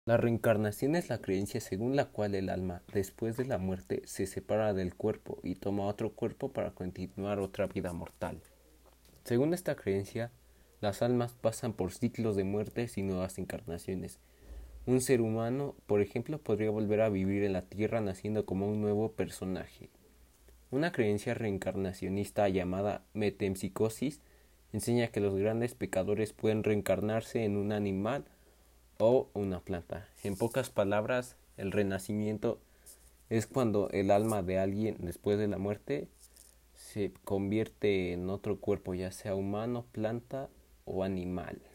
La reencarnación es la creencia según la cual el alma, después de la muerte, se separa del cuerpo y toma otro cuerpo para continuar otra vida mortal. Según esta creencia, las almas pasan por ciclos de muertes y nuevas encarnaciones. Un ser humano, por ejemplo, podría volver a vivir en la Tierra naciendo como un nuevo personaje. Una creencia reencarnacionista llamada metempsicosis enseña que los grandes pecadores pueden reencarnarse en un animal o una planta. En pocas palabras, el renacimiento es cuando el alma de alguien después de la muerte se convierte en otro cuerpo, ya sea humano, planta o animal.